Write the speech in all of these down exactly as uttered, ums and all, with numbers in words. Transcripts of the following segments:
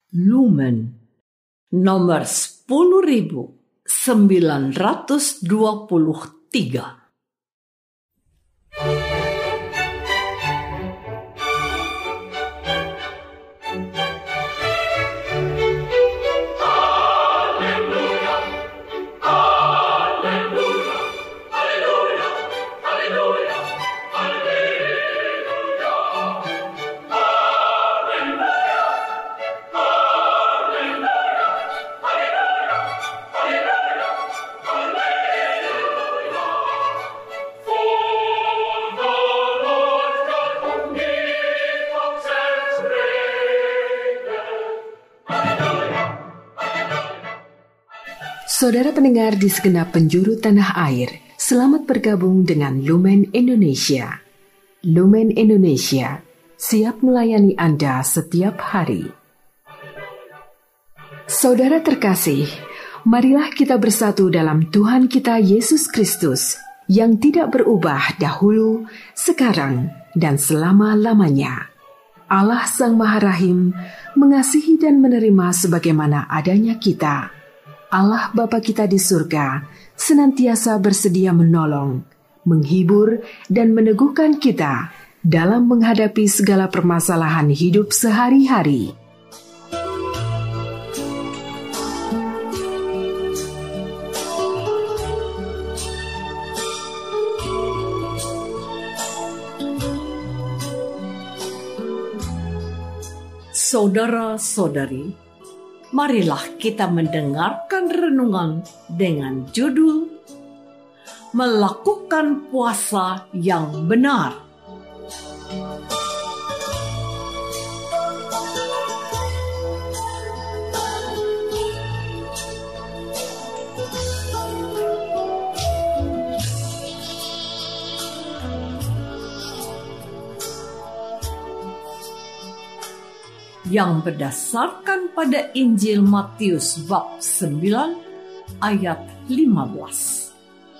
Lumen nomor sepuluh ribu sembilan ratus dua puluh tiga. Saudara pendengar di segenap penjuru tanah air, selamat bergabung dengan Lumen Indonesia. Lumen Indonesia siap melayani Anda setiap hari. Saudara terkasih, marilah kita bersatu dalam Tuhan kita Yesus Kristus yang tidak berubah dahulu, sekarang, dan selama-lamanya. Allah Sang Maha Rahim mengasihi dan menerima sebagaimana adanya kita. Allah Bapa kita di surga senantiasa bersedia menolong, menghibur, dan meneguhkan kita dalam menghadapi segala permasalahan hidup sehari-hari. Saudara-saudari, marilah kita mendengarkan renungan dengan judul Melakukan Puasa yang Benar. Yang berdasarkan pada Injil Matius bab sembilan ayat lima belas.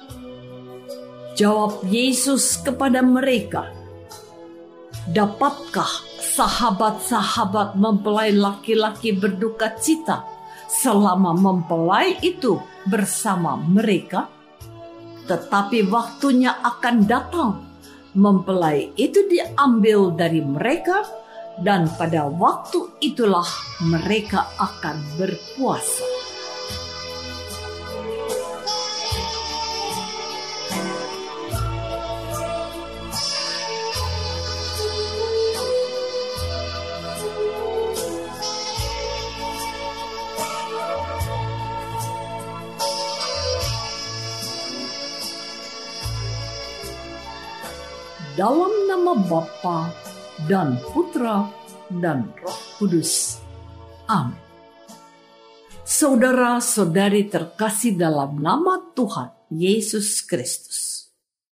Jawab Yesus kepada mereka, "Dapatkah sahabat-sahabat mempelai laki-laki berduka cita selama mempelai itu bersama mereka? Tetapi waktunya akan datang, mempelai itu diambil dari mereka, dan pada waktu itulah mereka akan berpuasa." Dalam nama Bapa dan Putra dan Roh Kudus. Amin. Saudara-saudari terkasih dalam nama Tuhan Yesus Kristus,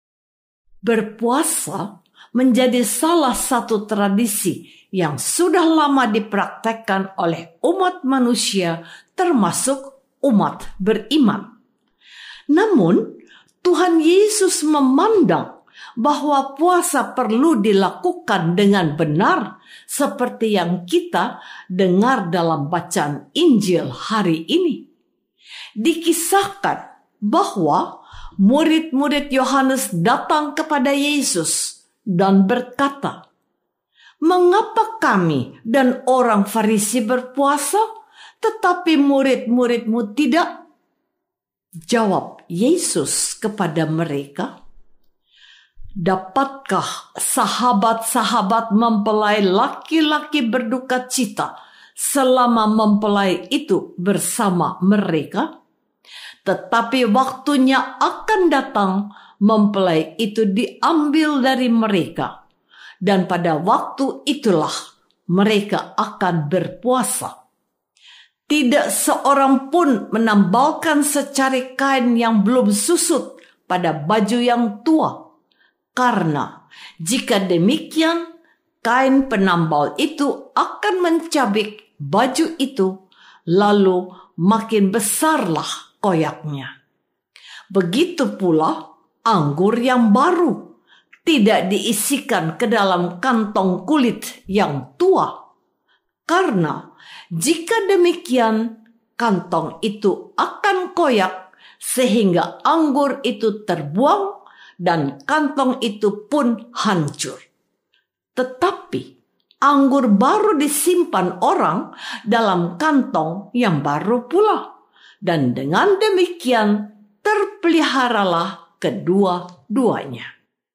berpuasa menjadi salah satu tradisi yang sudah lama dipraktekkan oleh umat manusia, termasuk umat beriman. Namun, Tuhan Yesus memandang bahwa puasa perlu dilakukan dengan benar, seperti yang kita dengar dalam bacaan Injil hari ini. Dikisahkan bahwa murid-murid Yohanes datang kepada Yesus dan berkata, "Mengapa kami dan orang Farisi berpuasa, tetapi murid-muridmu tidak?" Jawab Yesus kepada mereka, "Dapatkah sahabat-sahabat mempelai laki-laki berduka cita selama mempelai itu bersama mereka? Tetapi waktunya akan datang, mempelai itu diambil dari mereka, dan pada waktu itulah mereka akan berpuasa. Tidak seorang pun menambalkan secari kain yang belum susut pada baju yang tua. Karena jika demikian, kain penambal itu akan mencabik baju itu, lalu makin besarlah koyaknya. Begitu pula anggur yang baru tidak diisikan ke dalam kantong kulit yang tua, karena Jika demikian, kantong itu akan koyak sehingga anggur itu terbuang dan kantong itu pun hancur. Tetapi anggur baru disimpan orang dalam kantong yang baru pula, dan dengan demikian terpeliharalah kedua-duanya.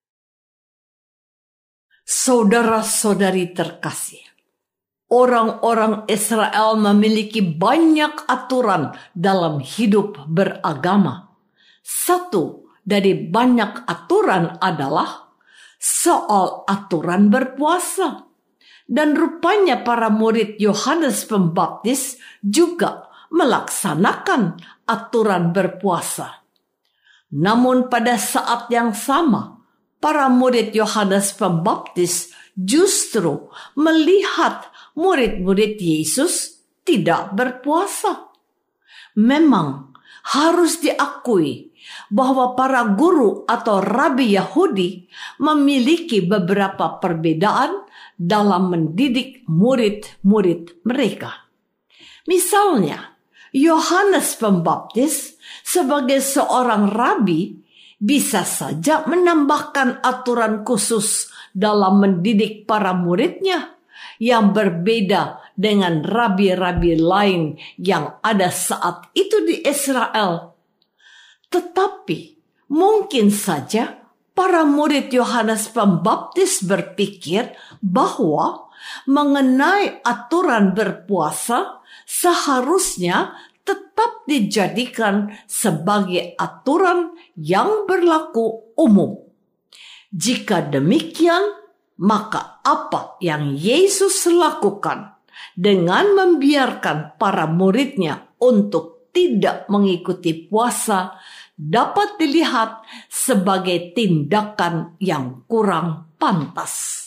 Saudara-saudari terkasih, orang-orang Israel memiliki banyak aturan dalam hidup beragama. Satu dari banyak aturan adalah soal aturan berpuasa. Dan rupanya para murid Yohanes Pembaptis juga melaksanakan aturan berpuasa. Namun pada saat yang sama, para murid Yohanes Pembaptis justru melihat murid-murid Yesus tidak berpuasa. Memang harus diakui bahwa para guru atau rabi Yahudi memiliki beberapa perbedaan dalam mendidik murid-murid mereka. Misalnya, Yohanes Pembaptis sebagai seorang rabi bisa saja menambahkan aturan khusus dalam mendidik para muridnya yang berbeda dengan rabi-rabi lain yang ada saat itu di Israel. Tetapi mungkin saja para murid Yohanes Pembaptis berpikir bahwa mengenai aturan berpuasa seharusnya tetap dijadikan sebagai aturan yang berlaku umum. Jika demikian, maka apa yang Yesus lakukan dengan membiarkan para muridnya untuk tidak mengikuti puasa dapat dilihat sebagai tindakan yang kurang pantas.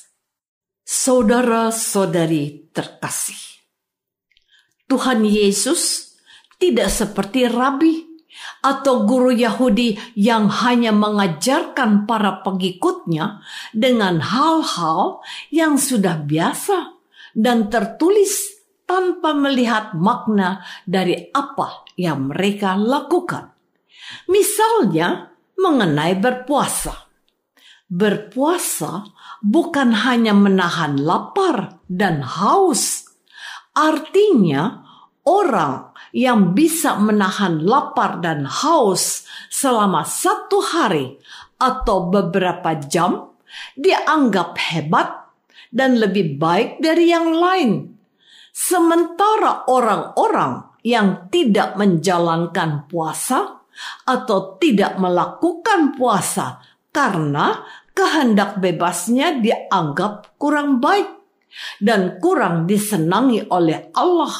Saudara-saudari terkasih, Tuhan Yesus tidak seperti rabi atau guru Yahudi yang hanya mengajarkan para pengikutnya dengan hal-hal yang sudah biasa dan tertulis tanpa melihat makna dari apa yang mereka lakukan. Misalnya mengenai berpuasa. Berpuasa bukan hanya menahan lapar dan haus. Artinya orang yang bisa menahan lapar dan haus selama satu hari atau beberapa jam dianggap hebat dan lebih baik dari yang lain. Sementara orang-orang yang tidak menjalankan puasa atau tidak melakukan puasa karena kehendak bebasnya dianggap kurang baik dan kurang disenangi oleh Allah.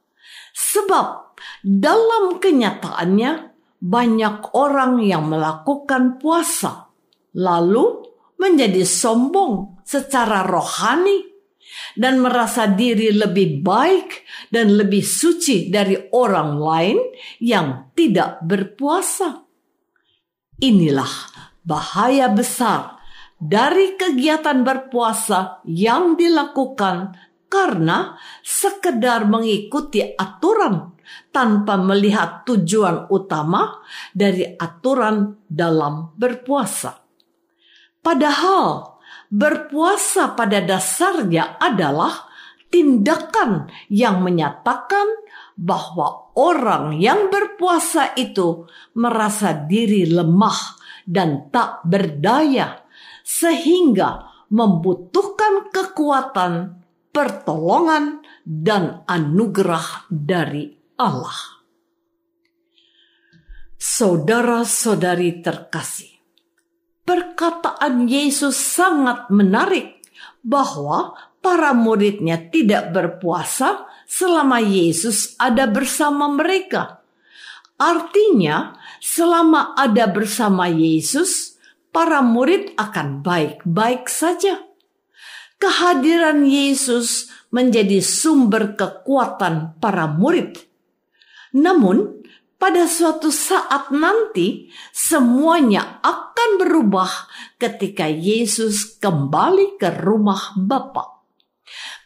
Sebab dalam kenyataannya banyak orang yang melakukan puasa lalu menjadi sombong secara rohani dan merasa diri lebih baik dan lebih suci dari orang lain yang tidak berpuasa. Inilah bahaya besar dari kegiatan berpuasa yang dilakukan karena sekedar mengikuti aturan tanpa melihat tujuan utama dari aturan dalam berpuasa. Padahal berpuasa pada dasarnya adalah tindakan yang menyatakan bahwa orang yang berpuasa itu merasa diri lemah dan tak berdaya, sehingga membutuhkan kekuatan, pertolongan, dan anugerah dari Allah. Saudara-saudari terkasih, perkataan Yesus sangat menarik bahwa para muridnya tidak berpuasa selama Yesus ada bersama mereka. Artinya, selama ada bersama Yesus, para murid akan baik-baik saja. Kehadiran Yesus menjadi sumber kekuatan para murid. Namun, pada suatu saat nanti, semuanya akan berubah ketika Yesus kembali ke rumah Bapa.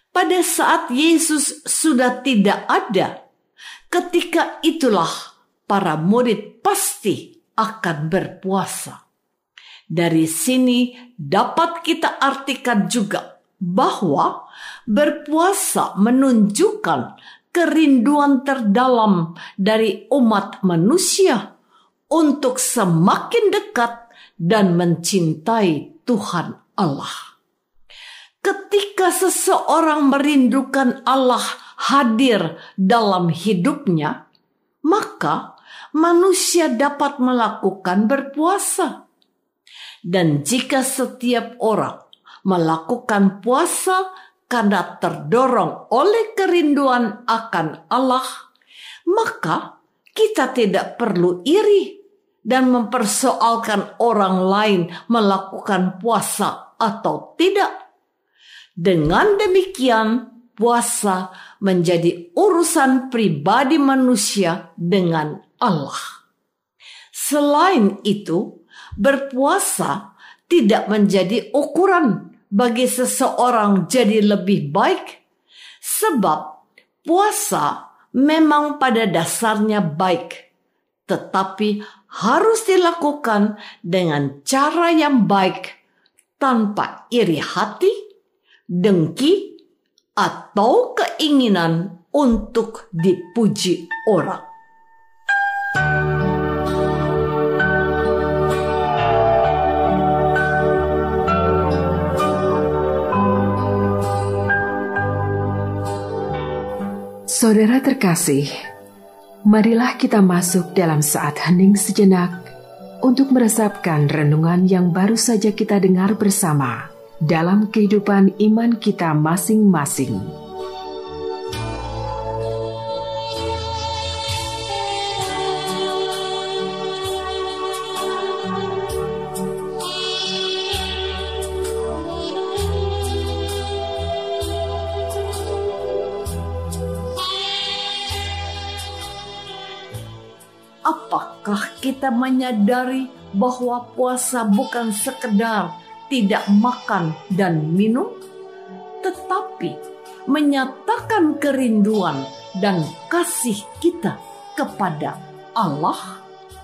pada saat Yesus sudah tidak ada, ketika itulah para murid pasti akan berpuasa. Dari sini dapat kita artikan juga bahwa berpuasa menunjukkan kerinduan terdalam dari umat manusia untuk semakin dekat dan mencintai Tuhan Allah. Ketika seseorang merindukan Allah hadir dalam hidupnya, maka manusia dapat melakukan berpuasa. Dan jika setiap orang melakukan puasa karena terdorong oleh kerinduan akan Allah, maka kita tidak perlu iri dan mempersoalkan orang lain melakukan puasa atau tidak. Dengan demikian, puasa menjadi urusan pribadi manusia dengan Allah. Selain itu, berpuasa tidak menjadi ukuran bagi seseorang jadi lebih baik, sebab puasa memang pada dasarnya baik, tetapi harus dilakukan dengan cara yang baik, tanpa iri hati, dengki, atau keinginan untuk dipuji orang. Saudara terkasih, marilah kita masuk dalam saat hening sejenak untuk meresapkan renungan yang baru saja kita dengar bersama dalam kehidupan iman kita masing-masing. Apakah kita menyadari bahwa puasa bukan sekedar tidak makan dan minum, tetapi menyatakan kerinduan dan kasih kita kepada Allah?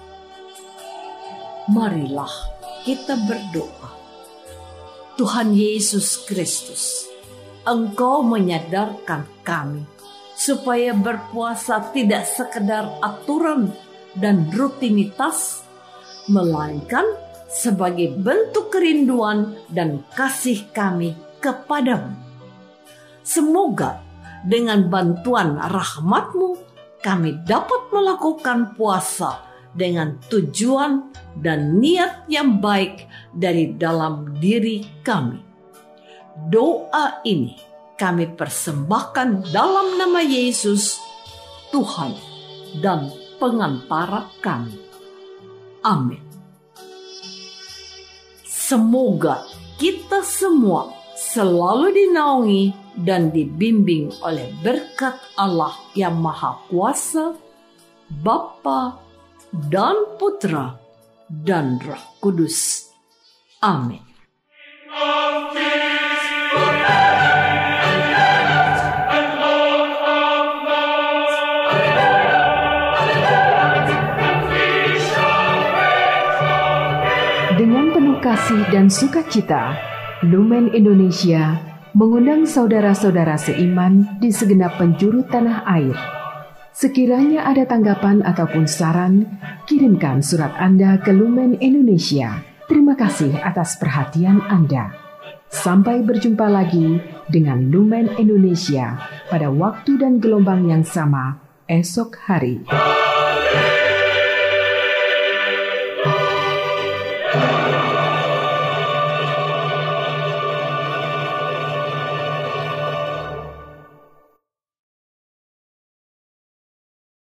Marilah kita berdoa. Tuhan Yesus Kristus, Engkau menyadarkan kami supaya berpuasa tidak sekedar aturan dan rutinitas, melainkan sebagai bentuk kerinduan dan kasih kami kepadamu. Semoga dengan bantuan rahmat-Mu kami dapat melakukan puasa dengan tujuan dan niat yang baik dari dalam diri kami. Doa ini kami persembahkan dalam nama Yesus, Tuhan dan pengantara kami. Amin. Semoga kita semua selalu dinaungi dan dibimbing oleh berkat Allah yang Maha Kuasa, Bapa dan Putra dan Roh Kudus. Amin. Dengan penuh kasih dan sukacita, Lumen Indonesia mengundang saudara-saudara seiman di segenap penjuru tanah air. Sekiranya ada tanggapan ataupun saran, kirimkan surat Anda ke Lumen Indonesia. Terima kasih atas perhatian Anda. Sampai berjumpa lagi dengan Lumen Indonesia pada waktu dan gelombang yang sama esok hari.